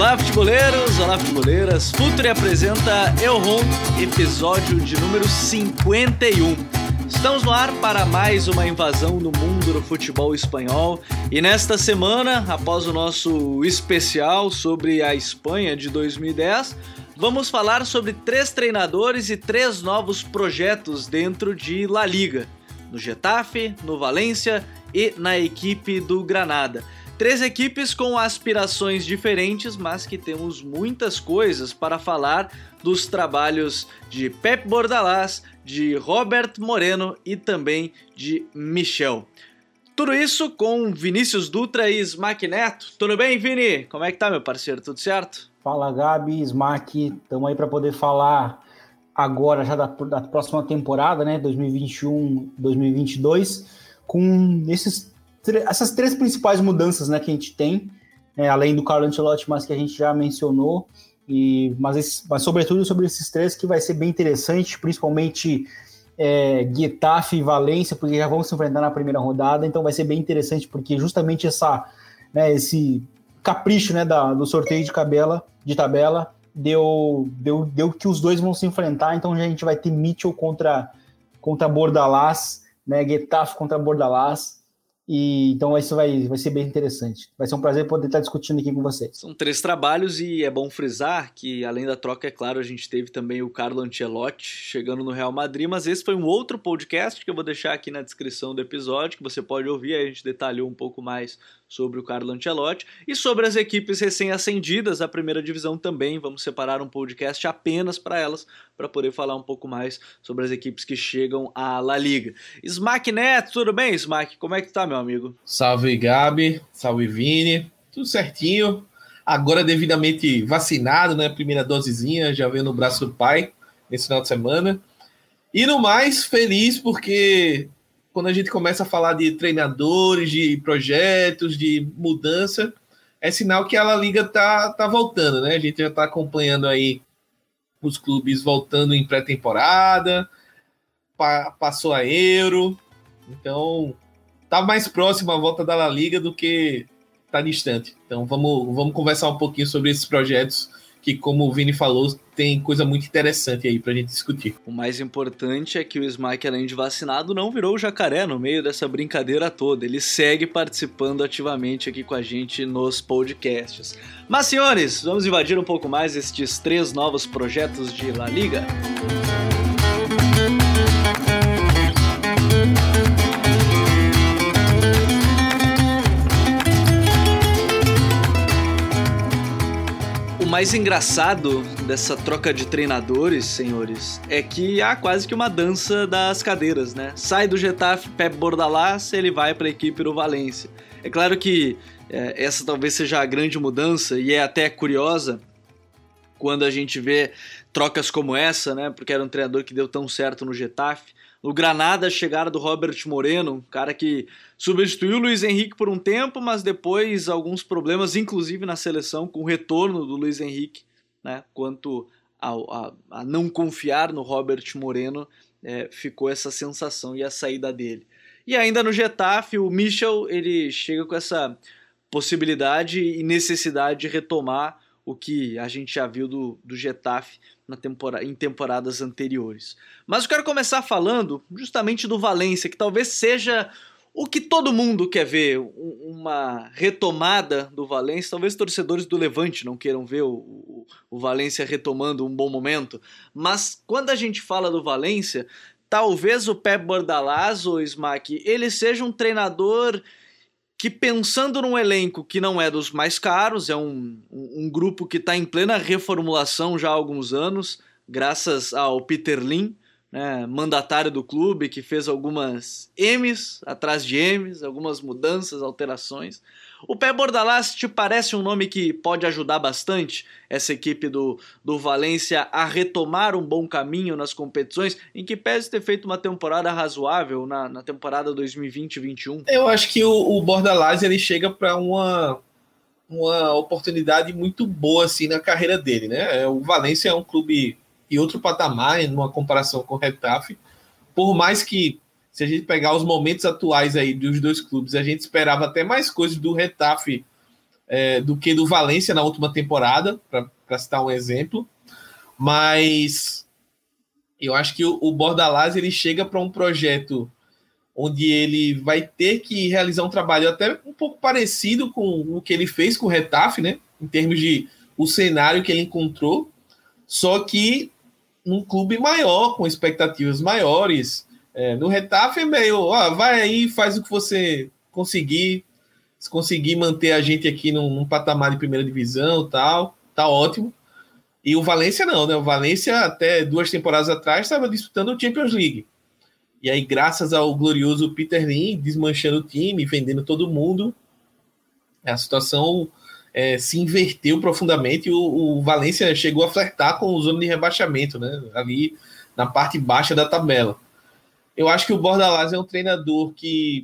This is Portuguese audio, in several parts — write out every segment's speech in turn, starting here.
Olá, futeboleiros, olá, futeboleiras. Futuri apresenta Eu Ronco, episódio de número 51. Estamos no ar para mais uma invasão no mundo do futebol espanhol. E nesta semana, após o nosso especial sobre a Espanha de 2010, vamos falar sobre 3 treinadores e 3 novos projetos dentro de La Liga. No Getafe, no Valência e na equipe do Granada. 3 equipes com aspirações diferentes, mas que temos muitas coisas para falar dos trabalhos de Pep Bordalás, de Robert Moreno e também de Michel. Tudo isso com Vinícius Dutra e Smack Neto. Tudo bem, Vini? Como é que tá, meu parceiro? Tudo certo? Fala, Gabi, Smack. Estamos aí para poder falar agora já da próxima temporada, né, 2021-2022, com essas 3 principais mudanças, né, que a gente tem, além do Carlo Ancelotti, mas que a gente já mencionou, mas sobretudo sobre esses 3 que vai ser bem interessante, principalmente Getafe e Valência, porque já vão se enfrentar na primeira rodada, então vai ser bem interessante, porque justamente esse capricho, né, do sorteio de tabela deu que os dois vão se enfrentar, então a gente vai ter Michel contra Bordalás, né, Getafe contra Bordalás. E então isso vai ser bem interessante. Vai ser um prazer poder estar discutindo aqui com vocês. São 3 trabalhos e é bom frisar que, além da troca, é claro, a gente teve também o Carlo Ancelotti chegando no Real Madrid, mas esse foi um outro podcast que eu vou deixar aqui na descrição do episódio, que você pode ouvir, aí a gente detalhou um pouco mais sobre o Carlo Ancelotti e sobre as equipes recém-ascendidas à primeira divisão também. Vamos separar um podcast apenas para elas, para poder falar um pouco mais sobre as equipes que chegam à La Liga. Smack Neto, tudo bem, Smack? Como é que tá, meu amigo? Salve, Gabi. Salve, Vini. Tudo certinho. Agora devidamente vacinado, né? Primeira dosezinha, já veio no braço do pai nesse final de semana. E no mais, feliz porque quando a gente começa a falar de treinadores, de projetos, de mudança, é sinal que a La Liga tá voltando, né? A gente já está acompanhando aí os clubes voltando em pré-temporada, passou a Euro, então tá mais próximo a volta da La Liga do que tá distante. Então vamos conversar um pouquinho sobre esses projetos que, como o Vini falou, tem coisa muito interessante aí pra gente discutir. O mais importante é que o Smack, além de vacinado, não virou o jacaré no meio dessa brincadeira toda. Ele segue participando ativamente aqui com a gente nos podcasts. Mas, senhores, vamos invadir um pouco mais estes 3 novos projetos de La Liga? O mais engraçado dessa troca de treinadores, senhores, é que há quase que uma dança das cadeiras, né? Sai do Getafe Pep Bordalás, ele vai para a equipe do Valência. É claro que essa talvez seja a grande mudança e é até curiosa quando a gente vê trocas como essa, né? Porque era um treinador que deu tão certo no Getafe. No Granada, a chegada do Robert Moreno, um cara que substituiu o Luiz Henrique por um tempo, mas depois alguns problemas, inclusive na seleção, com o retorno do Luiz Henrique, né? Quanto a não confiar no Robert Moreno, ficou essa sensação e a saída dele. E ainda no Getafe, o Michel, ele chega com essa possibilidade e necessidade de retomar o que a gente já viu do Getafe em temporadas anteriores. Mas eu quero começar falando justamente do Valência, que talvez seja o que todo mundo quer ver, uma retomada do Valência. Talvez torcedores do Levante não queiram ver o Valência retomando um bom momento, mas quando a gente fala do Valência, talvez o Pep Bordalás, ou Smack, ele seja um treinador que, pensando num elenco que não é dos mais caros, é um grupo que está em plena reformulação já há alguns anos, graças ao Peter Lim, né, mandatário do clube, que fez algumas M's atrás de M's, algumas mudanças, alterações. O Pep Bordalás te parece um nome que pode ajudar bastante essa equipe do Valência a retomar um bom caminho nas competições, em que pese ter feito uma temporada razoável na temporada 2020-21? Eu acho que o Bordalás ele chega para uma oportunidade muito boa assim, na carreira dele, né? O Valência é um clube e outro patamar, numa comparação com o Getafe, por mais que, se a gente pegar os momentos atuais aí dos dois clubes, a gente esperava até mais coisas do Getafe do que do Valência na última temporada, para citar um exemplo. Mas eu acho que o Bordalás ele chega para um projeto onde ele vai ter que realizar um trabalho até um pouco parecido com o que ele fez com o Getafe, né? Em termos de o cenário que ele encontrou, só que num clube maior, com expectativas maiores. No Getafe é meio, vai aí, faz o que você conseguir, se conseguir manter a gente aqui num patamar de primeira divisão, tal, tá ótimo. E o Valência não, né? O Valência até 2 temporadas atrás estava disputando o Champions League. E aí, graças ao glorioso Peter Lim, desmanchando o time, vendendo todo mundo, a situação se inverteu profundamente e o Valência chegou a flertar com o zona de rebaixamento, né? Ali na parte baixa da tabela. Eu acho que o Bordalás é um treinador que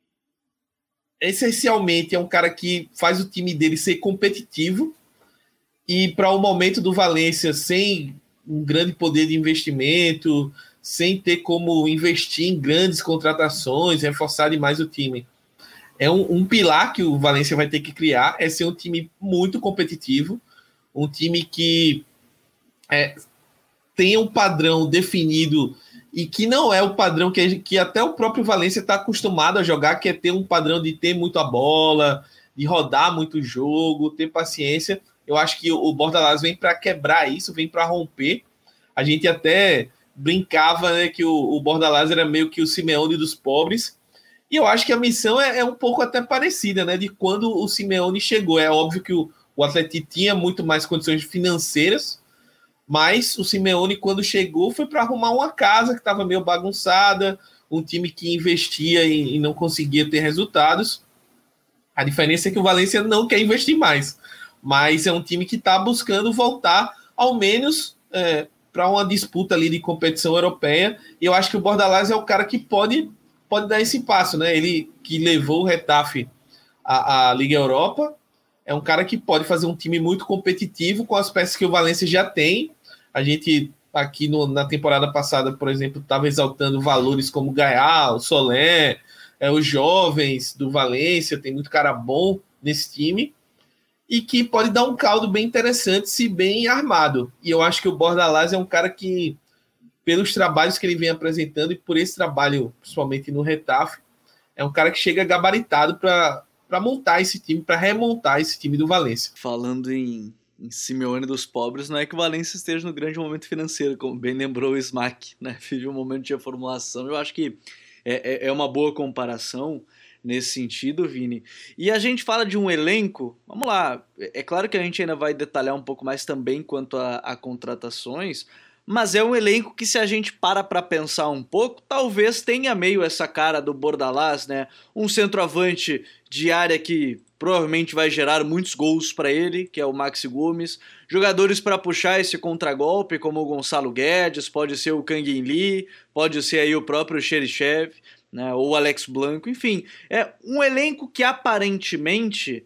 essencialmente é um cara que faz o time dele ser competitivo, e para o momento do Valência, sem um grande poder de investimento, sem ter como investir em grandes contratações, reforçar demais o time. É um pilar que o Valência vai ter que criar, é ser um time muito competitivo, um time que tenha um padrão definido e que não é o padrão que até o próprio Valência está acostumado a jogar, que é ter um padrão de ter muito a bola, de rodar muito o jogo, ter paciência. Eu acho que o Bordalás vem para quebrar isso, vem para romper. A gente até brincava, né, que o Bordalás era meio que o Simeone dos pobres. E eu acho que a missão é um pouco até parecida, né, de quando o Simeone chegou. É óbvio que o Atlético tinha muito mais condições financeiras, mas o Simeone, quando chegou, foi para arrumar uma casa que estava meio bagunçada, um time que investia e não conseguia ter resultados. A diferença é que o Valência não quer investir mais, mas é um time que está buscando voltar, ao menos, para uma disputa ali de competição europeia, e eu acho que o Bordalás é o cara que pode dar esse passo, né? Ele que levou o Getafe à Liga Europa, é um cara que pode fazer um time muito competitivo com as peças que o Valência já tem. A gente, aqui na temporada passada, por exemplo, estava exaltando valores como Gaial, Solé, os jovens do Valência, tem muito cara bom nesse time, e que pode dar um caldo bem interessante se bem armado. E eu acho que o Bordalás é um cara que, pelos trabalhos que ele vem apresentando e por esse trabalho, principalmente no Getafe, é um cara que chega gabaritado para montar esse time, para remontar esse time do Valência. Falando em Simeone dos pobres, não é que o Valência esteja no grande momento financeiro, como bem lembrou o Smack, né? Vive um momento de reformulação. Eu acho que é uma boa comparação nesse sentido, Vini. E a gente fala de um elenco, vamos lá, é claro que a gente ainda vai detalhar um pouco mais também quanto a contratações, mas é um elenco que, se a gente para pensar um pouco, talvez tenha meio essa cara do Bordalás, né? Um centroavante de área que provavelmente vai gerar muitos gols para ele, que é o Maxi Gomes. Jogadores para puxar esse contragolpe, como o Gonçalo Guedes, pode ser o Kangin Lee, pode ser aí o próprio Cheryshev, né? Ou o Alex Blanco. Enfim, é um elenco que aparentemente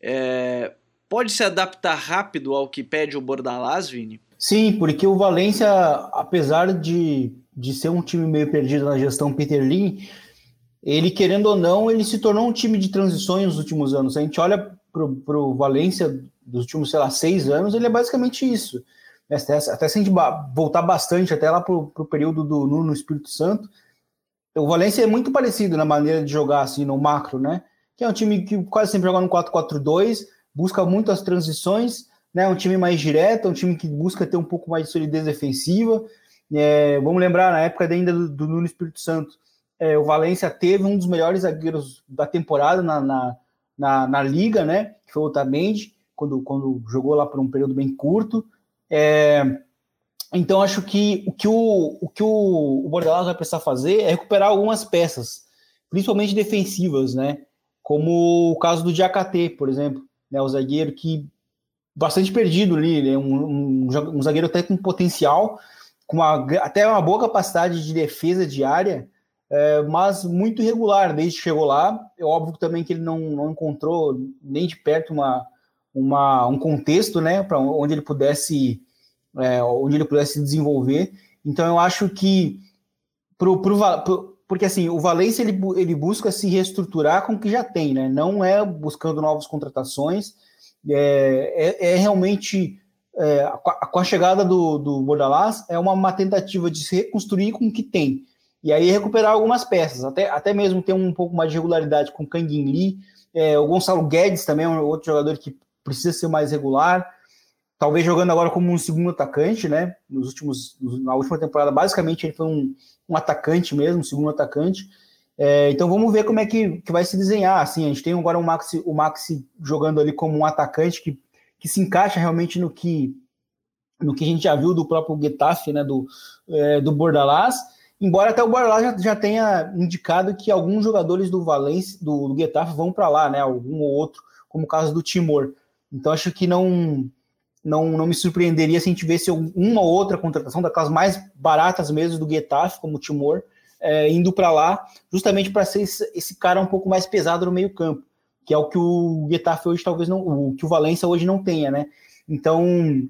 pode se adaptar rápido ao que pede o Bordalás, Vini. Sim, porque o Valência, apesar de ser um time meio perdido na gestão Peter Lim, ele, querendo ou não, ele se tornou um time de transições nos últimos anos. A gente olha para o Valência dos últimos, 6 anos, ele é basicamente isso. Até se a gente voltar bastante, até lá para o período do Nuno Espírito Santo, o Valência é muito parecido na maneira de jogar, assim, no macro, né? Que é um time que quase sempre joga no 4-4-2, busca muito as transições, né? Um time mais direto, um time que busca ter um pouco mais de solidez defensiva. Vamos lembrar, na época ainda do Nuno Espírito Santo, o Valência teve um dos melhores zagueiros da temporada na Liga, né? Que foi o Otamendi, quando jogou lá por um período bem curto. Então, acho que o que o Bordalás vai precisar fazer é recuperar algumas peças, principalmente defensivas, né? Como o caso do Diakate, por exemplo, né? O zagueiro que bastante perdido ali, né? Um zagueiro até com potencial, até uma boa capacidade de defesa de área, mas muito irregular desde que chegou lá. É óbvio também que ele não encontrou nem de perto um contexto, né? Para onde ele pudesse desenvolver. Então eu acho que porque assim, o Valência ele busca se reestruturar com o que já tem, né? Não é buscando novas contratações, realmente com a chegada do Bordalás é uma tentativa de se reconstruir com o que tem. E aí recuperar algumas peças, até mesmo ter um pouco mais de regularidade com o Kang In Lee, o Gonçalo Guedes também é um outro jogador que precisa ser mais regular, talvez jogando agora como um segundo atacante, né? Na última temporada, basicamente, ele foi um atacante mesmo, um segundo atacante. Então vamos ver como é que vai se desenhar. Assim, a gente tem agora o Maxi jogando ali como um atacante que se encaixa realmente no que a gente já viu do próprio Getafe, né? Do Bordalás. Embora até o Bordalás já tenha indicado que alguns jogadores do Valência, do Getafe, vão para lá, né? Algum ou outro, como o caso do Timor. Então acho que não me surpreenderia se a gente visse uma ou outra contratação daquelas mais baratas mesmo do Getafe, como o Timor, indo para lá, justamente para ser esse cara um pouco mais pesado no meio campo, que é o que o Getafe hoje talvez não, o que o Valência hoje não tenha, né? Então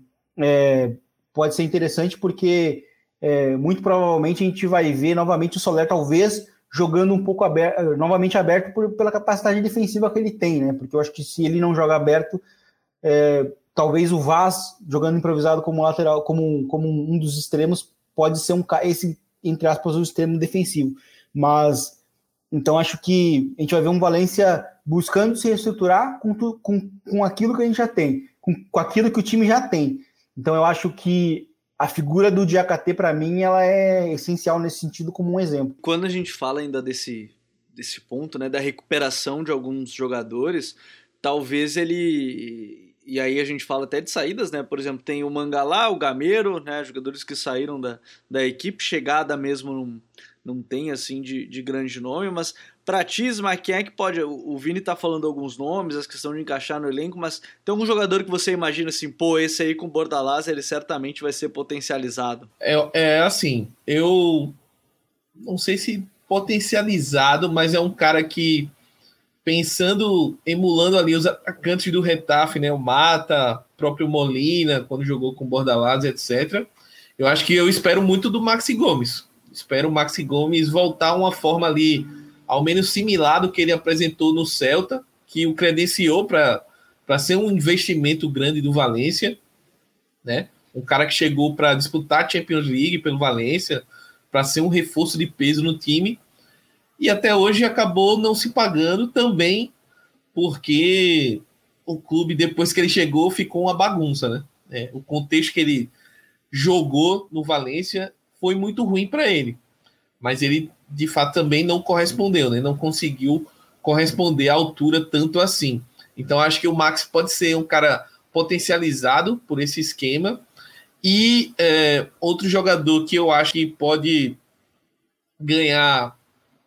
pode ser interessante porque muito provavelmente a gente vai ver novamente o Soler talvez jogando um pouco novamente aberto pela capacidade defensiva que ele tem, né? Porque eu acho que se ele não joga aberto, talvez o Vaz jogando improvisado como lateral, como um dos extremos, pode ser esse, entre aspas, o extremo defensivo. Mas então acho que a gente vai ver um Valência buscando se reestruturar com aquilo que a gente já tem, com aquilo que o time já tem. Então eu acho que a figura do Diakate, para mim, ela é essencial nesse sentido como um exemplo. Quando a gente fala ainda desse ponto, né, da recuperação de alguns jogadores, talvez ele... E aí a gente fala até de saídas, né? Por exemplo, tem o Mangalá, o Gameiro, né? Jogadores que saíram da equipe, chegada mesmo não tem, assim, de grande nome, mas pra ti, quem é que pode... O Vini tá falando alguns nomes, a questão de encaixar no elenco, mas tem algum jogador que você imagina assim, pô, esse aí com o Bordalás, ele certamente vai ser potencializado? Assim, eu não sei se potencializado, mas é um cara que emulando ali os atacantes do Getafe, né? O Mata, próprio Molina, quando jogou com o Bordalás, etc. Eu espero muito do Maxi Gomes. Espero o Maxi Gomes voltar a uma forma ali, ao menos similar do que ele apresentou no Celta, que o credenciou para ser um investimento grande do Valência, né? Um cara que chegou para disputar a Champions League pelo Valência, para ser um reforço de peso no time. E até hoje acabou não se pagando também, porque o clube, depois que ele chegou, ficou uma bagunça, né? O contexto que ele jogou no Valência foi muito ruim para ele. Mas ele, de fato, também não correspondeu, né? Não conseguiu corresponder à altura tanto assim. Então, acho que o Max pode ser um cara potencializado por esse esquema. E outro jogador que eu acho que pode ganhar...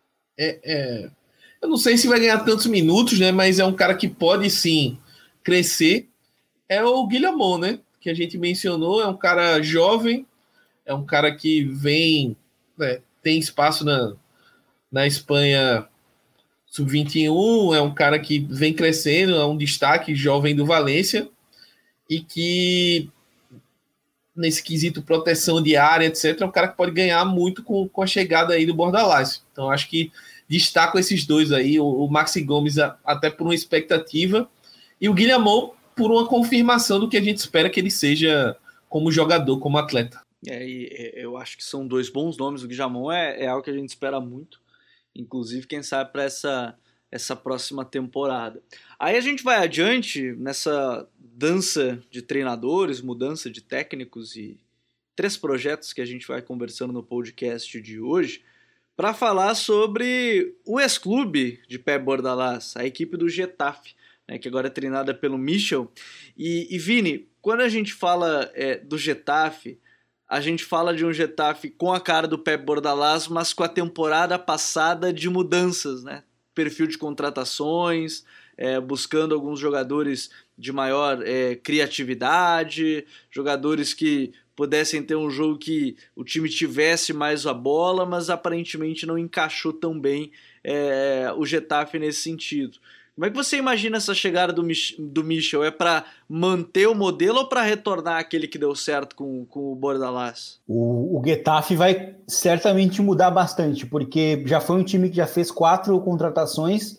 eu não sei se vai ganhar tantos minutos, né? Mas é um cara que pode sim crescer. É o Guilhamon, né? Que a gente mencionou. É um cara jovem, é um cara que vem, né, tem espaço na Espanha sub-21. É um cara que vem crescendo, é um destaque jovem do Valência e que, nesse quesito proteção de área, etc., é um cara que pode ganhar muito com a chegada aí do Bordalás. Então, acho que destaco esses dois aí, o Maxi Gomes até por uma expectativa e o Guilhamon por uma confirmação do que a gente espera que ele seja como jogador, como atleta. Eu acho que são dois bons nomes. O Guilhamon é algo que a gente espera muito, inclusive, quem sabe, para essa próxima temporada. Aí a gente vai adiante nessa dança de treinadores, mudança de técnicos e 3 projetos que a gente vai conversando no podcast de hoje, para falar sobre o ex-clube de Pep Bordalás, a equipe do Getafe, né, que agora é treinada pelo Michel. E Vini, quando a gente fala do Getafe, a gente fala de um Getafe com a cara do Pep Bordalás, mas com a temporada passada de mudanças, né? Perfil de contratações, buscando alguns jogadores de maior criatividade, jogadores que pudessem ter um jogo que o time tivesse mais a bola, mas aparentemente não encaixou tão bem o Getafe nesse sentido. Como é que você imagina essa chegada do Michel? É para manter o modelo ou para retornar aquele que deu certo com o Bordalás? O Getafe vai certamente mudar bastante, porque já foi um time que já fez 4 contratações,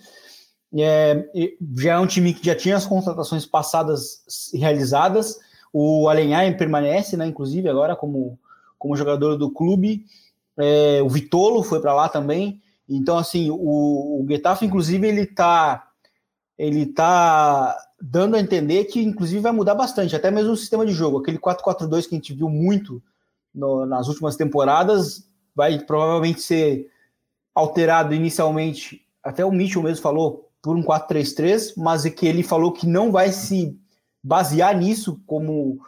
já é um time que já tinha as contratações passadas realizadas. O Alenhar permanece, né, inclusive agora como jogador do clube. O Vitolo foi para lá também. Então, assim, o Getafe, inclusive, ele tá dando a entender que, inclusive, vai mudar bastante, até mesmo o sistema de jogo. Aquele 4-4-2 que a gente viu muito nas últimas temporadas vai provavelmente ser alterado inicialmente, até o Mitchell mesmo falou, por um 4-3-3, mas é que ele falou que não vai se basear nisso como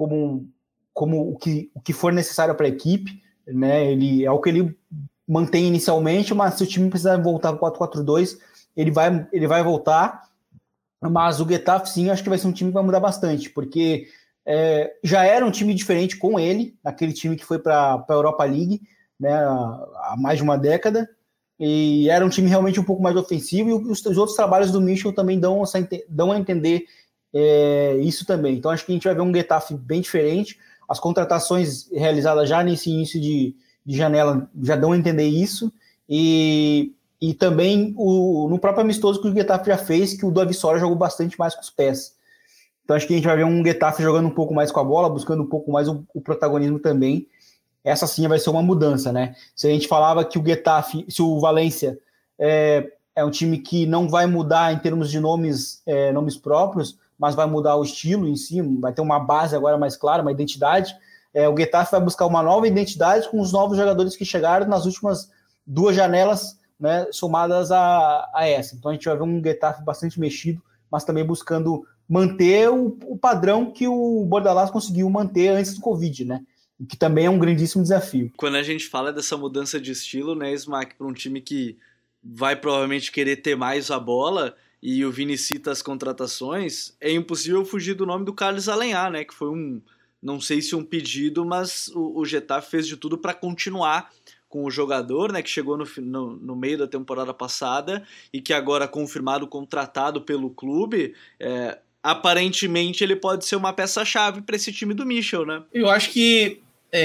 o que for necessário para a equipe, né? É o que ele mantém inicialmente, mas se o time precisar voltar para o 4-4-2, ele vai voltar. Mas o Getafe, sim, acho que vai ser um time que vai mudar bastante, porque já era um time diferente com ele, aquele time que foi para a Europa League, né, há mais de uma década, e era um time realmente um pouco mais ofensivo, e os outros trabalhos do Michel também dão a entender isso também. Então acho que a gente vai ver um Getafe bem diferente. As contratações realizadas já nesse início de janela já dão a entender isso, e também no próprio amistoso que o Getafe já fez, que o Davi Soares jogou bastante mais com os pés. Então acho que a gente vai ver um Getafe jogando um pouco mais com a bola, buscando um pouco mais o protagonismo também. Essa sim vai ser uma mudança, né? Se a gente falava que o Getafe, se o Valência é um time que não vai mudar em termos de nomes próprios, mas vai mudar o estilo em si, vai ter uma base agora mais clara, uma identidade. O Getafe vai buscar uma nova identidade com os novos jogadores que chegaram nas últimas 2 janelas, né, somadas a essa. Então a gente vai ver um Getafe bastante mexido, mas também buscando manter o padrão que o Bordalás conseguiu manter antes do Covid, né? Que também é um grandíssimo desafio. Quando a gente fala dessa mudança de estilo, né, Smack, para um time que vai provavelmente querer ter mais a bola, e o Vini cita as contratações, é impossível fugir do nome do Carlos Alenhar, né, que foi não sei se um pedido, mas o Getafe fez de tudo para continuar com o jogador, né, que chegou no meio da temporada passada e que agora confirmado, contratado pelo clube, aparentemente ele pode ser uma peça-chave para esse time do Michel, né? Eu acho que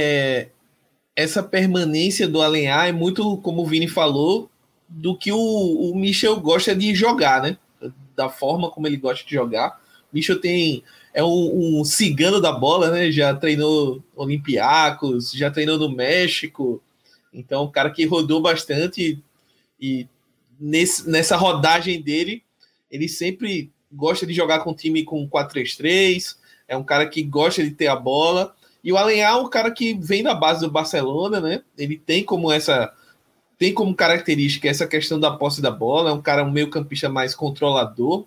essa permanência do Alenhar é muito, como o Vini falou, do que o Michel gosta de jogar, né? Da forma como ele gosta de jogar. O Michel é um cigano da bola, né? Já treinou Olympiacos, já treinou no México. Então, um cara que rodou bastante e nessa rodagem dele, ele sempre gosta de jogar com time com 4-3-3, é um cara que gosta de ter a bola. E o Alenhar é um cara que vem da base do Barcelona, né? Ele tem como característica essa questão da posse da bola, é um cara, um meio-campista mais controlador.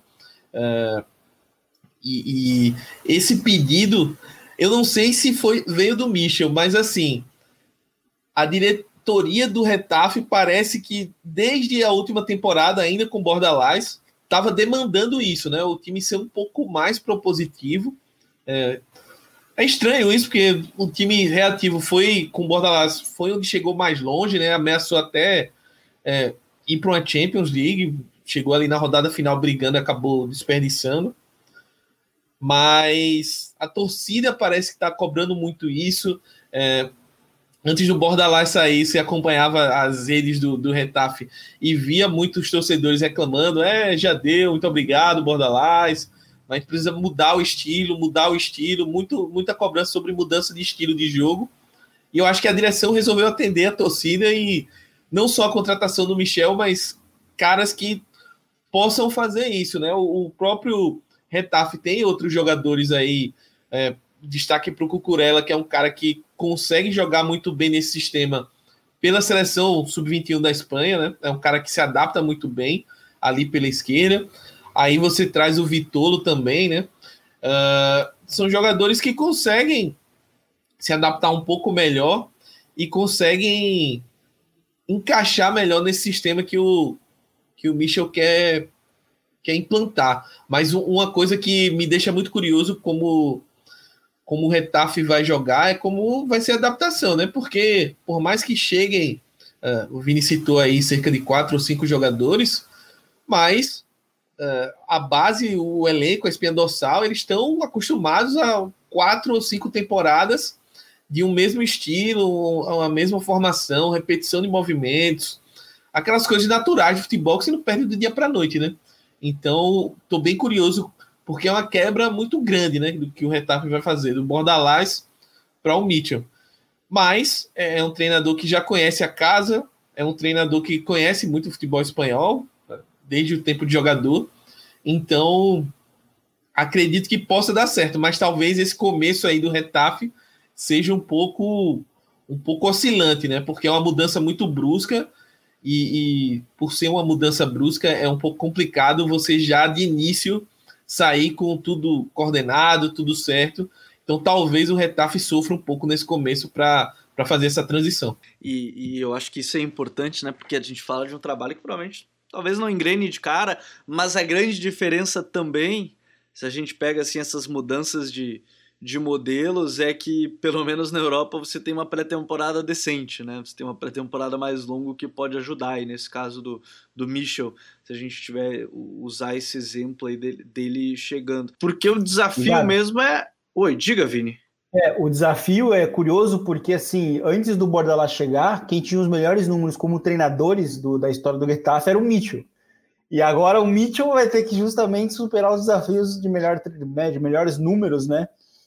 E esse pedido, eu não sei se veio do Michel, mas assim, a diretoria do Getafe parece que desde a última temporada, ainda com Bordalás, estava demandando isso, né? O time ser um pouco mais propositivo. É estranho isso, porque o time reativo com Bordalás foi onde chegou mais longe, né? Ameaçou até ir para uma Champions League, chegou ali na rodada final brigando, acabou desperdiçando. Mas a torcida parece que está cobrando muito isso. Antes do Bordalás sair, você acompanhava as redes do Getafe e via muitos torcedores reclamando, já deu, muito obrigado, Bordalás, mas precisa mudar o estilo, muita cobrança sobre mudança de estilo de jogo. E eu acho que a direção resolveu atender a torcida e não só a contratação do Michel, mas caras que possam fazer isso, né? O próprio Getafe tem outros jogadores aí, destaque para o Cucurella, que é um cara que consegue jogar muito bem nesse sistema pela seleção sub-21 da Espanha, né? É um cara que se adapta muito bem ali pela esquerda. Aí você traz o Vitolo também, né? São jogadores que conseguem se adaptar um pouco melhor e conseguem encaixar melhor nesse sistema que o Michel quer implantar. Mas uma coisa que me deixa muito curioso como o Getafe vai jogar é como vai ser a adaptação, né? Porque por mais que cheguem, o Vini citou aí cerca de 4 ou 5 jogadores, mas a base, o elenco, a espinha dorsal, eles estão acostumados a 4 ou 5 temporadas de um mesmo estilo, uma mesma formação, repetição de movimentos, aquelas coisas naturais de futebol que você não perde do dia para a noite, né? Então, estou bem curioso, porque é uma quebra muito grande, né, do que o Getafe vai fazer, do Bordalás para o Mitchell. Mas é um treinador que já conhece a casa, é um treinador que conhece muito o futebol espanhol, desde o tempo de jogador. Então, acredito que possa dar certo, mas talvez esse começo aí do Getafe seja um pouco oscilante, né? Porque é uma mudança muito brusca e por ser uma mudança brusca é um pouco complicado você já de início sair com tudo coordenado, tudo certo. Então, talvez o Getafe sofra um pouco nesse começo para fazer essa transição. E eu acho que isso é importante, né? Porque a gente fala de um trabalho que provavelmente talvez não engrene de cara, mas a grande diferença também, se a gente pega assim essas mudanças de modelos, é que pelo menos na Europa você tem uma pré-temporada decente, né? Você tem uma pré-temporada mais longa que pode ajudar, e nesse caso do Mitchell, se a gente tiver usar esse exemplo aí dele chegando. Porque o desafio mesmo é... Oi, diga, Vini. O desafio é curioso porque, assim, antes do Bordalás chegar, quem tinha os melhores números como treinadores da história do Getafe era o Mitchell. E agora o Mitchell vai ter que justamente superar os desafios de melhores números, né?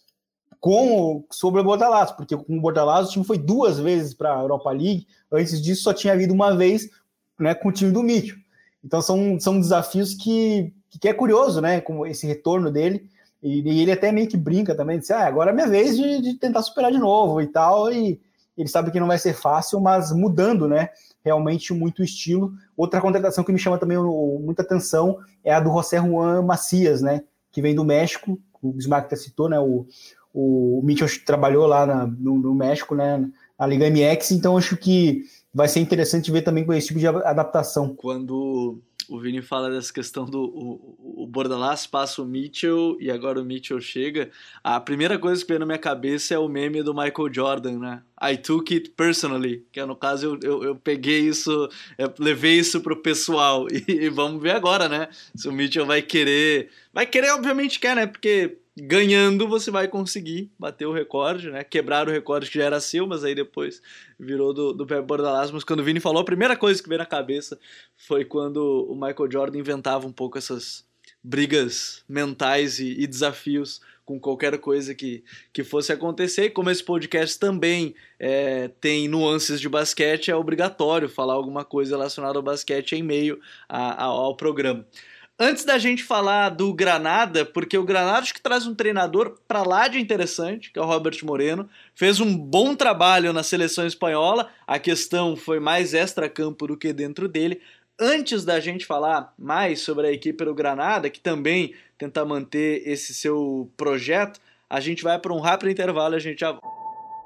Sobre o Bordalás, porque com o Bordalás o time foi 2 vezes para a Europa League, antes disso só tinha havido uma vez, né, com o time do Mitchell. Então são desafios que é curioso, né, como esse retorno dele. E ele até meio que brinca também, disse, agora é minha vez de tentar superar de novo e tal, e ele sabe que não vai ser fácil, mas mudando, né, realmente muito o estilo. Outra contratação que me chama também muita atenção é a do José Juan Macias, né, que vem do México, o Bismarck até citou, né, o Mitchell trabalhou lá no México, né, na Liga MX, então acho que vai ser interessante ver também com esse tipo de adaptação. Quando o Vini fala dessa questão do o Bordalás passa o Mitchell e agora o Mitchell chega, a primeira coisa que veio na minha cabeça é o meme do Michael Jordan, né? I took it personally, que no caso eu peguei isso, levei isso pro pessoal e vamos ver agora, né? Se o Mitchell vai querer, obviamente quer, né? Porque ganhando você vai conseguir bater o recorde, né? Quebrar o recorde que já era seu, mas aí depois virou do Pep Bordalás. Mas quando o Vini falou, a primeira coisa que veio na cabeça foi quando o Michael Jordan inventava um pouco essas brigas mentais e desafios com qualquer coisa que fosse acontecer. E como esse podcast também tem nuances de basquete, é obrigatório falar alguma coisa relacionada ao basquete em meio ao programa. Antes da gente falar do Granada, porque o Granada acho que traz um treinador pra lá de interessante, que é o Robert Moreno, fez um bom trabalho na seleção espanhola, a questão foi mais extra-campo do que dentro dele. Antes da gente falar mais sobre a equipe do Granada, que também tenta manter esse seu projeto, a gente vai para um rápido intervalo e a gente já volta.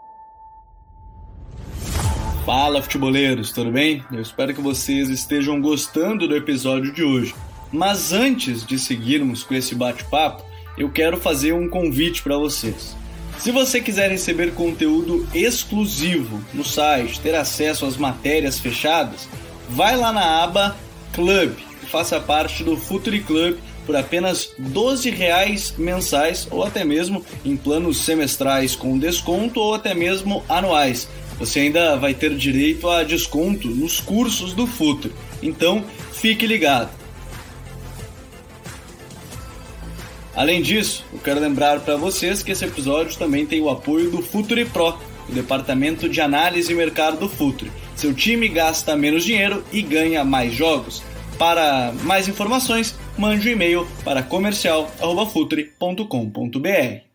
Fala, futeboleiros, tudo bem? Eu espero que vocês estejam gostando do episódio de hoje. Mas antes de seguirmos com esse bate-papo, eu quero fazer um convite para vocês. Se você quiser receber conteúdo exclusivo no site, ter acesso às matérias fechadas, vai lá na aba Club e faça parte do Futuri Club por apenas R$12 mensais ou até mesmo em planos semestrais com desconto ou até mesmo anuais. Você ainda vai ter direito a desconto nos cursos do Futuri. Então, fique ligado. Além disso, eu quero lembrar para vocês que esse episódio também tem o apoio do Futuri Pro, o departamento de análise e mercado do Futuri. Seu time gasta menos dinheiro e ganha mais jogos. Para mais informações, mande um e-mail para comercial@futuri.com.br.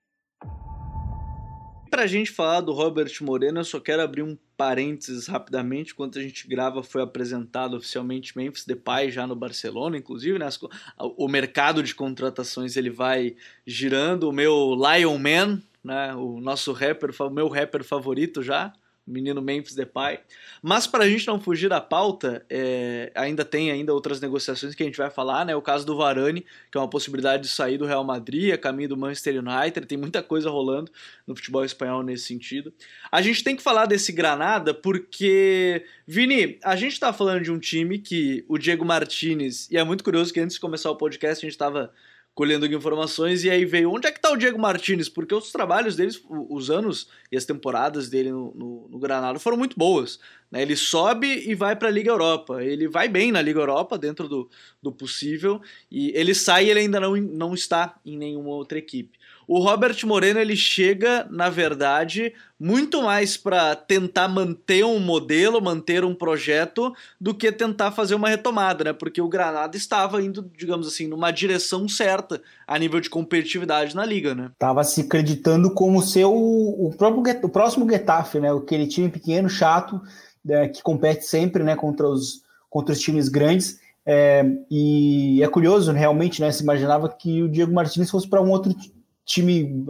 Para a gente falar do Robert Moreno, eu só quero abrir um parênteses rapidamente. Enquanto a gente grava, foi apresentado oficialmente Memphis Depay já no Barcelona, inclusive, né? O mercado de contratações ele vai girando. O meu Lion Man, né? O nosso rapper, meu rapper favorito já, menino Memphis Depay. Mas para a gente não fugir da pauta, ainda tem outras negociações que a gente vai falar, né? O caso do Varane, que é uma possibilidade de sair do Real Madrid, a caminho do Manchester United, tem muita coisa rolando no futebol espanhol nesse sentido. A gente tem que falar desse Granada porque, Vini, a gente tá falando de um time que o Diego Martínez, e é muito curioso que antes de começar o podcast a gente estava colhendo informações, e aí veio, onde é que tá o Diego Martínez? Porque os trabalhos deles, os anos e as temporadas dele no Granada foram muito boas, né? Ele sobe e vai para a Liga Europa, ele vai bem na Liga Europa, dentro do possível, e ele sai e ele ainda não está em nenhuma outra equipe. O Robert Moreno, ele chega, na verdade, muito mais para tentar manter um modelo, manter um projeto, do que tentar fazer uma retomada, né? Porque o Granada estava indo, digamos assim, numa direção certa a nível de competitividade na Liga, né? Tava se acreditando como ser o próximo Getafe, né? Aquele time pequeno, chato, que compete sempre, né, contra os times grandes. E é curioso, realmente, né? Se imaginava que o Diego Martínez fosse para um outro time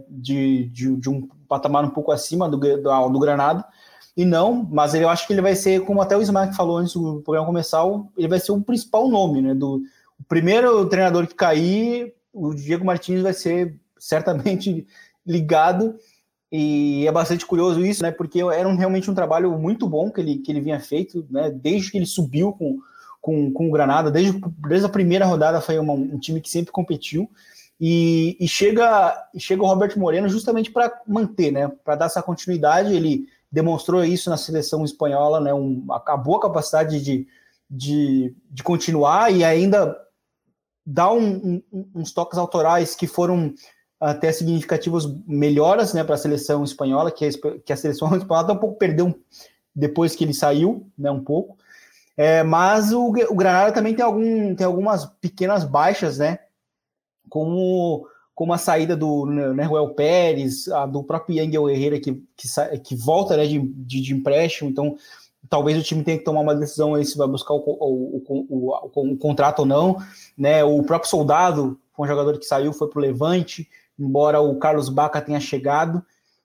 de um patamar um pouco acima do Granada, e não, mas eu acho que ele vai ser, como até o Smack falou antes do programa começar, ele vai ser o principal nome, né? O primeiro treinador que cair, o Diego Martínez vai ser certamente ligado, e é bastante curioso isso, né? Porque era realmente um trabalho muito bom que ele vinha feito, né? Desde que ele subiu com o Granada, desde a primeira rodada foi um time que sempre competiu. E chega o Robert Moreno justamente para manter, né? Para dar essa continuidade. Ele demonstrou isso na seleção espanhola, né? A boa capacidade de continuar e ainda dar uns toques autorais que foram até significativos melhoras, né, para a seleção espanhola, que a seleção espanhola um pouco perdeu depois que ele saiu, né, um pouco. Mas o Granada também tem algumas pequenas baixas, né? Como a saída do Nehuel Pérez, do próprio Yangel Herrera, que volta, né, de empréstimo. Então talvez o time tenha que tomar uma decisão aí se vai buscar o contrato ou não, né? O próprio Soldado foi um jogador que saiu, foi para o Levante, embora o Carlos Bacca tenha chegado.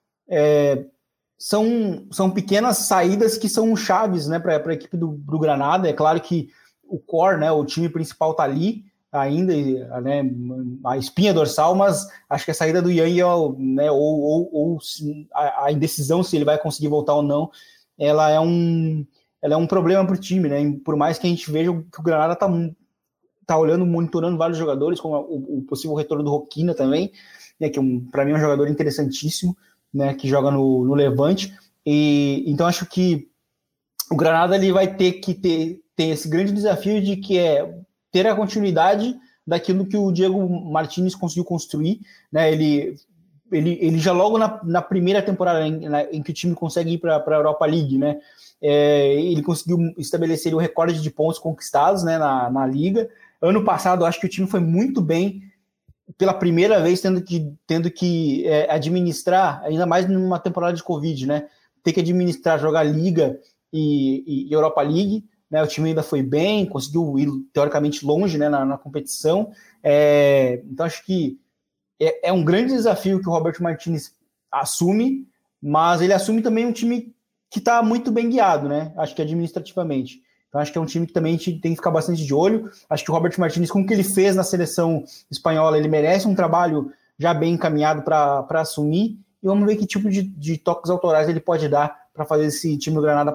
São pequenas saídas que são chaves, né, para a equipe do Granada. É claro que o core, né, o time principal está ali ainda, né, a espinha dorsal, mas acho que a saída do Yangel, né, ou a indecisão se ele vai conseguir voltar ou não, ela é um problema para o time, né? Por mais que a gente veja que o Granada tá olhando, monitorando vários jogadores, como o possível retorno do Roquina também, né, que para mim é um jogador interessantíssimo, né, que joga no Levante. E então acho que o Granada ele vai ter que ter esse grande desafio de que ter a continuidade daquilo que o Diego Martínez conseguiu construir, né? Ele já logo na primeira temporada em que o time consegue ir para a Europa League, né? Ele conseguiu estabelecer o recorde de pontos conquistados, né, na Liga. Ano passado, acho que o time foi muito bem, pela primeira vez tendo que administrar, ainda mais numa temporada de Covid, né? Ter que administrar, jogar Liga e Europa League, né? O time ainda foi bem, conseguiu ir teoricamente longe, né, na competição. Então acho que é um grande desafio que o Robert Martínez assume, mas ele assume também um time que está muito bem guiado, né? Acho que administrativamente. Então acho que é um time que também a gente tem que ficar bastante de olho. Acho que o Robert Martínez, com o que ele fez na seleção espanhola, ele merece um trabalho já bem encaminhado para assumir. E vamos ver que tipo de toques autorais ele pode dar para fazer esse time do Granada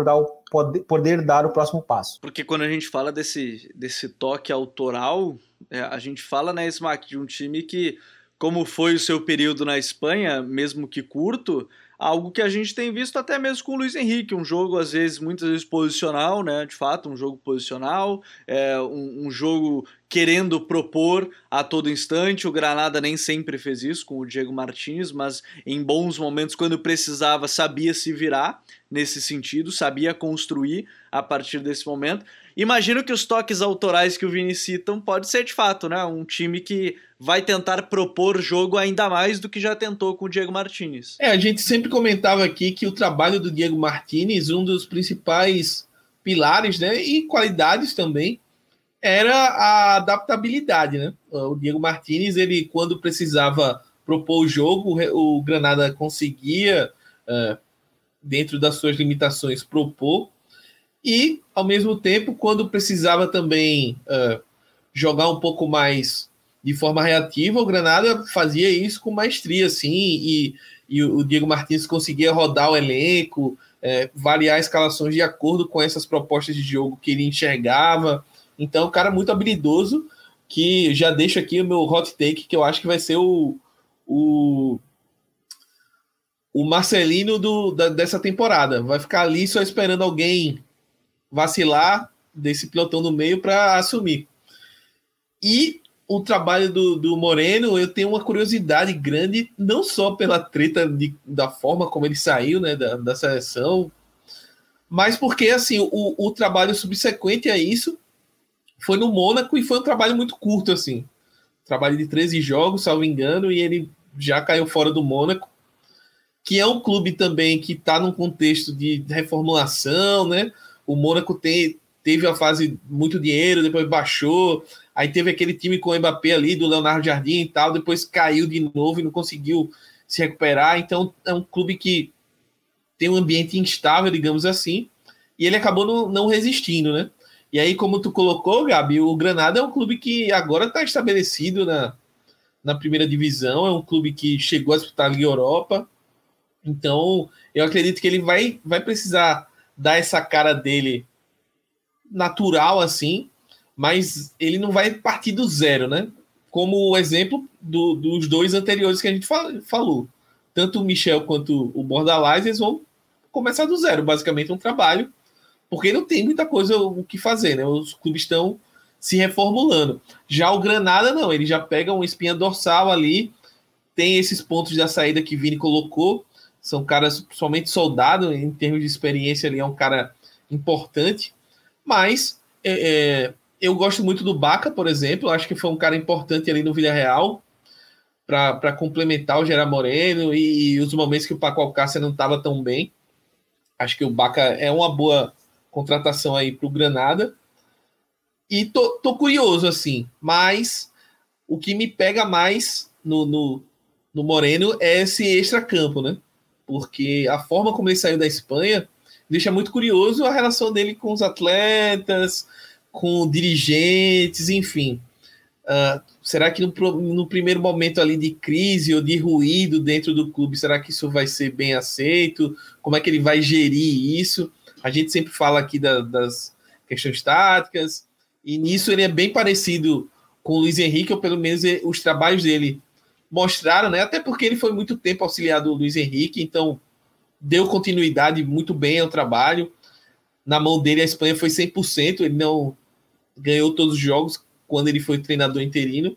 poder dar o próximo passo. Porque quando a gente fala desse toque autoral, a gente fala, né, Smack, de um time que, como foi o seu período na Espanha, mesmo que curto, algo que a gente tem visto até mesmo com o Luiz Henrique, um jogo muitas vezes posicional, né, de fato, um jogo posicional, um jogo querendo propor a todo instante. O Granada nem sempre fez isso com o Diego Martínez, mas em bons momentos, quando precisava, sabia se virar nesse sentido, sabia construir a partir desse momento. Imagino que os toques autorais que o Vini citam pode ser de fato, né, um time que vai tentar propor jogo ainda mais do que já tentou com o Diego Martínez. A gente sempre comentava aqui que o trabalho do Diego Martínez, um dos principais pilares, né, e qualidades também, era a adaptabilidade, né? O Diego Martínez, ele, quando precisava propor o jogo, o Granada conseguia dentro das suas limitações, propor. E, ao mesmo tempo, quando precisava também jogar um pouco mais de forma reativa, o Granada fazia isso com maestria, assim, e o Diego Martins conseguia rodar o elenco, variar escalações de acordo com essas propostas de jogo que ele enxergava. Então, um cara muito habilidoso, que já deixo aqui o meu hot take, que eu acho que vai ser o Marcelino dessa temporada. Vai ficar ali só esperando alguém vacilar desse pelotão do meio para assumir. E o trabalho do Moreno, eu tenho uma curiosidade grande, não só pela treta da forma como ele saiu, né, da seleção, mas porque assim, o trabalho subsequente a isso foi no Mônaco e foi um trabalho muito curto, assim. Trabalho de 13 jogos, salvo engano, e ele já caiu fora do Mônaco, que é um clube também que está num contexto de reformulação, né? O Mônaco teve a fase muito dinheiro, depois baixou, aí teve aquele time com o Mbappé ali, do Leonardo Jardim e tal, depois caiu de novo e não conseguiu se recuperar. Então é um clube que tem um ambiente instável, digamos assim, e ele acabou não resistindo, né? E aí, como tu colocou, Gabi, o Granada é um clube que agora está estabelecido na primeira divisão, é um clube que chegou a disputar a Liga Europa. Então, eu acredito que ele vai precisar dar essa cara dele natural, assim, mas ele não vai partir do zero, né? Como o exemplo dos dois anteriores que a gente falou. Tanto o Michel quanto o Bordalás, eles vão começar do zero, basicamente um trabalho, porque não tem muita coisa o que fazer, né? Os clubes estão se reformulando. Já o Granada, não, ele já pega uma espinha dorsal ali, tem esses pontos da saída que Vini colocou, são caras somente Soldado, em termos de experiência, ele é um cara importante, mas eu gosto muito do Baca, por exemplo, acho que foi um cara importante ali no Villarreal, para complementar o Gerard Moreno e os momentos que o Paco Alcácer não estava tão bem. Acho que o Baca é uma boa contratação aí para o Granada. E tô curioso, assim, mas o que me pega mais no Moreno é esse extra-campo, né? Porque a forma como ele saiu da Espanha deixa muito curioso a relação dele com os atletas, com dirigentes, enfim. Será que no primeiro momento ali de crise ou de ruído dentro do clube, será que isso vai ser bem aceito? Como é que ele vai gerir isso? A gente sempre fala aqui das questões táticas, e nisso ele é bem parecido com o Luiz Henrique, ou pelo menos os trabalhos dele mostraram, né? Até porque ele foi muito tempo auxiliar do Luiz Henrique, então deu continuidade muito bem ao trabalho. Na mão dele a Espanha foi 100%, ele não ganhou todos os jogos quando ele foi treinador interino,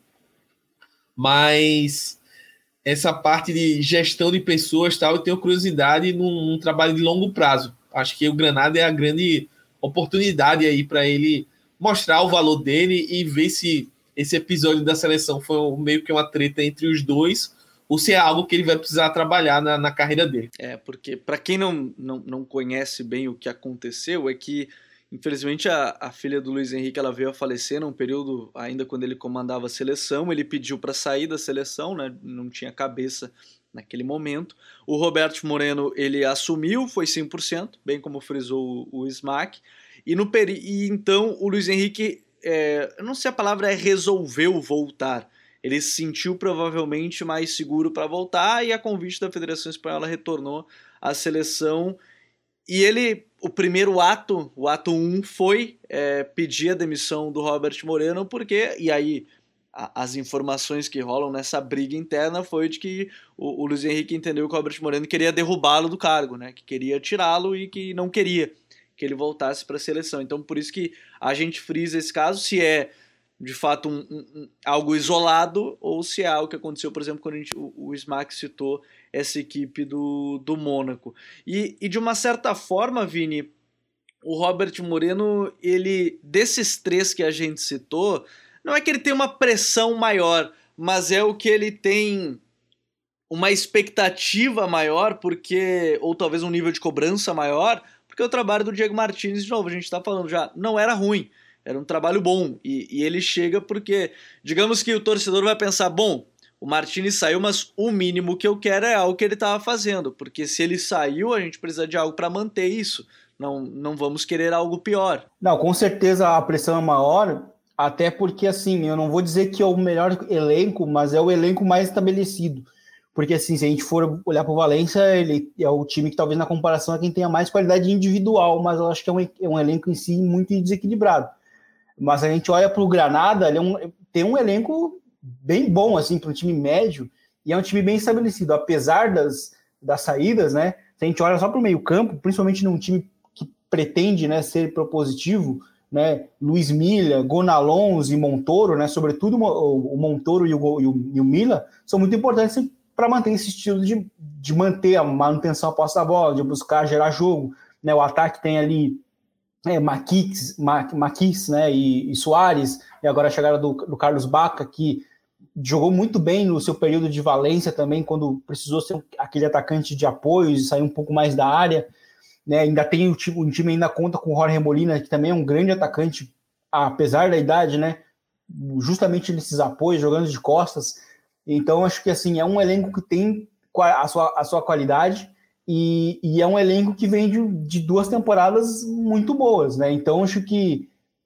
mas essa parte de gestão de pessoas, tal, eu tenho curiosidade num trabalho de longo prazo. Acho que o Granada é a grande oportunidade aí para ele mostrar o valor dele e ver se esse episódio da seleção foi meio que uma treta entre os dois ou se é algo que ele vai precisar trabalhar na carreira dele. Porque para quem não conhece bem o que aconteceu, é que infelizmente a filha do Luiz Henrique ela veio a falecer num período ainda quando ele comandava a seleção. Ele pediu para sair da seleção, né? Não tinha cabeça naquele momento. O Roberto Moreno ele assumiu, foi 100%, bem como frisou o Smack. E então o Luiz Henrique, eu não sei a palavra resolveu voltar. Ele se sentiu provavelmente mais seguro para voltar e a convite da Federação Espanhola retornou à seleção. E o primeiro ato, o ato 1, foi pedir a demissão do Robert Moreno, porque, e aí as informações que rolam nessa briga interna foi de que o Luiz Henrique entendeu que o Robert Moreno queria derrubá-lo do cargo, né? Que queria tirá-lo e que não queria que ele voltasse para a seleção. Então, por isso que a gente frisa esse caso, se é de fato algo isolado ou se é algo que aconteceu, por exemplo, quando o Smack citou essa equipe do Mônaco. E de uma certa forma, Vini, o Robert Moreno, ele, desses três que a gente citou, não é que ele tem uma pressão maior, mas é o que ele tem uma expectativa maior, ou talvez um nível de cobrança maior, porque o trabalho do Diego Martins, de novo, a gente está falando já, não era ruim, era um trabalho bom, e ele chega porque, digamos que o torcedor vai pensar, bom, o Martínez saiu, mas o mínimo que eu quero é algo que ele estava fazendo, porque se ele saiu, a gente precisa de algo para manter isso. Não vamos querer algo pior. Não, com certeza a pressão é maior, até porque, assim, eu não vou dizer que é o melhor elenco, mas é o elenco mais estabelecido. Porque, assim, se a gente for olhar para o Valência, ele é o time que talvez na comparação é quem tenha mais qualidade individual, mas eu acho que é um elenco em si muito desequilibrado. Mas a gente olha para o Granada, ele tem um elenco bem bom, assim, para um time médio, e é um time bem estabelecido, apesar das saídas, né? Se a gente olha só para o meio campo, principalmente num time que pretende, né, ser propositivo, né, Luiz Milla, Gonalons e Montoro, né, sobretudo o Montoro e o Milla, são muito importantes para manter esse estilo de manter a manutenção a posse da bola, de buscar gerar jogo, né? O ataque tem ali Maquis, né, e Soares, e agora a chegada do Carlos Bacca, que jogou muito bem no seu período de Valência também, quando precisou ser aquele atacante de apoio e sair um pouco mais da área, né? Ainda tem o time ainda conta com o Jorge Molina, que também é um grande atacante, apesar da idade, né? Justamente nesses apoios, jogando de costas. Então, acho que assim, é um elenco que tem a sua qualidade e é um elenco que vem de 2 temporadas muito boas, né? Então, acho que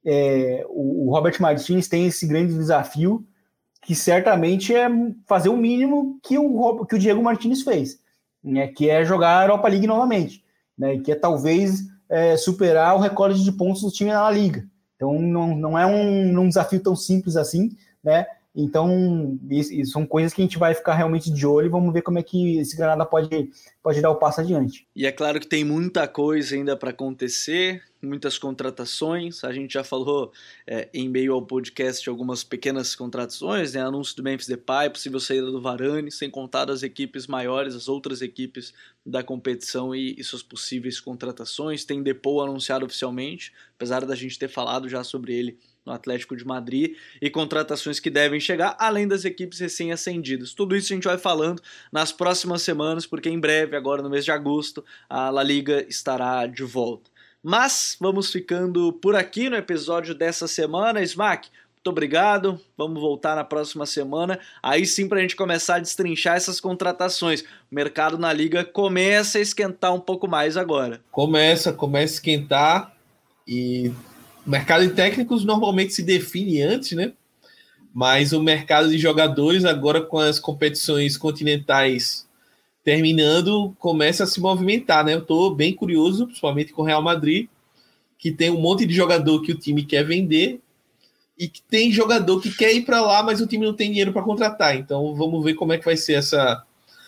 o Robert Martínez tem esse grande desafio, que certamente é fazer o mínimo que o Diego Martínez fez, né? Que é jogar a Europa League novamente, né? Que é talvez superar o recorde de pontos do time na Liga. Então, não é um desafio tão simples assim, né? Então, isso são coisas que a gente vai ficar realmente de olho e vamos ver como é que esse Granada pode dar o passo adiante. E é claro que tem muita coisa ainda para acontecer, muitas contratações. A gente já falou em meio ao podcast algumas pequenas contratações, né? Anúncio do Memphis Depay, possível saída do Varane, sem contar as equipes maiores, as outras equipes da competição e suas possíveis contratações. Tem Depou anunciado oficialmente, apesar da gente ter falado já sobre ele no Atlético de Madrid, e contratações que devem chegar, além das equipes recém-ascendidas. Tudo isso a gente vai falando nas próximas semanas, porque em breve, agora no mês de agosto, a La Liga estará de volta. Mas vamos ficando por aqui no episódio dessa semana. Smack, muito obrigado, vamos voltar na próxima semana, aí sim pra gente começar a destrinchar essas contratações. O mercado na Liga começa a esquentar um pouco mais agora. Começa a esquentar, e o mercado de técnicos normalmente se define antes, né? Mas o mercado de jogadores, agora com as competições continentais terminando, começa a se movimentar, né? Eu estou bem curioso, principalmente com o Real Madrid, que tem um monte de jogador que o time quer vender e que tem jogador que quer ir para lá, mas o time não tem dinheiro para contratar. Então vamos ver como é que vai ser essa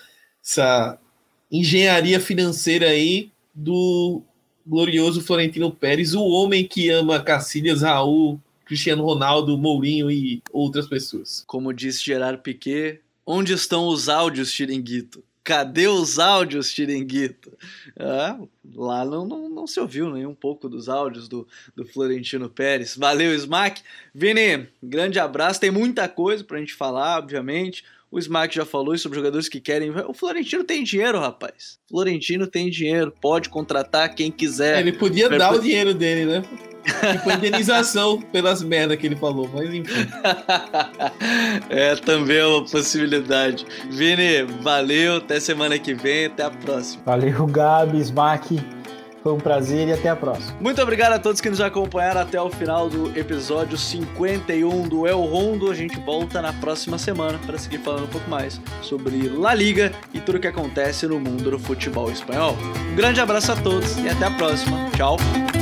engenharia financeira aí do glorioso Florentino Pérez, o homem que ama Cacilhas, Raul, Cristiano Ronaldo, Mourinho e outras pessoas. Como disse Gerard Piqué, onde estão os áudios, Chiringuito? Cadê os áudios, Chiringuito? Lá não se ouviu nem um pouco dos áudios do Florentino Pérez. Valeu, Smack. Vini, grande abraço. Tem muita coisa pra gente falar, obviamente. O Smack já falou sobre jogadores que querem... O Florentino tem dinheiro, rapaz. Florentino tem dinheiro. Pode contratar quem quiser. Ele podia dar o dinheiro dele, né? Tipo, indenização pelas merdas que ele falou, mas enfim. Também é uma possibilidade. Vini, valeu, até semana que vem, até a próxima. Valeu, Gabi, Smack. Foi um prazer e até a próxima. Muito obrigado a todos que nos acompanharam até o final do episódio 51 do El Rondo. A gente volta na próxima semana para seguir falando um pouco mais sobre La Liga e tudo o que acontece no mundo do futebol espanhol. Um grande abraço a todos e até a próxima. Tchau.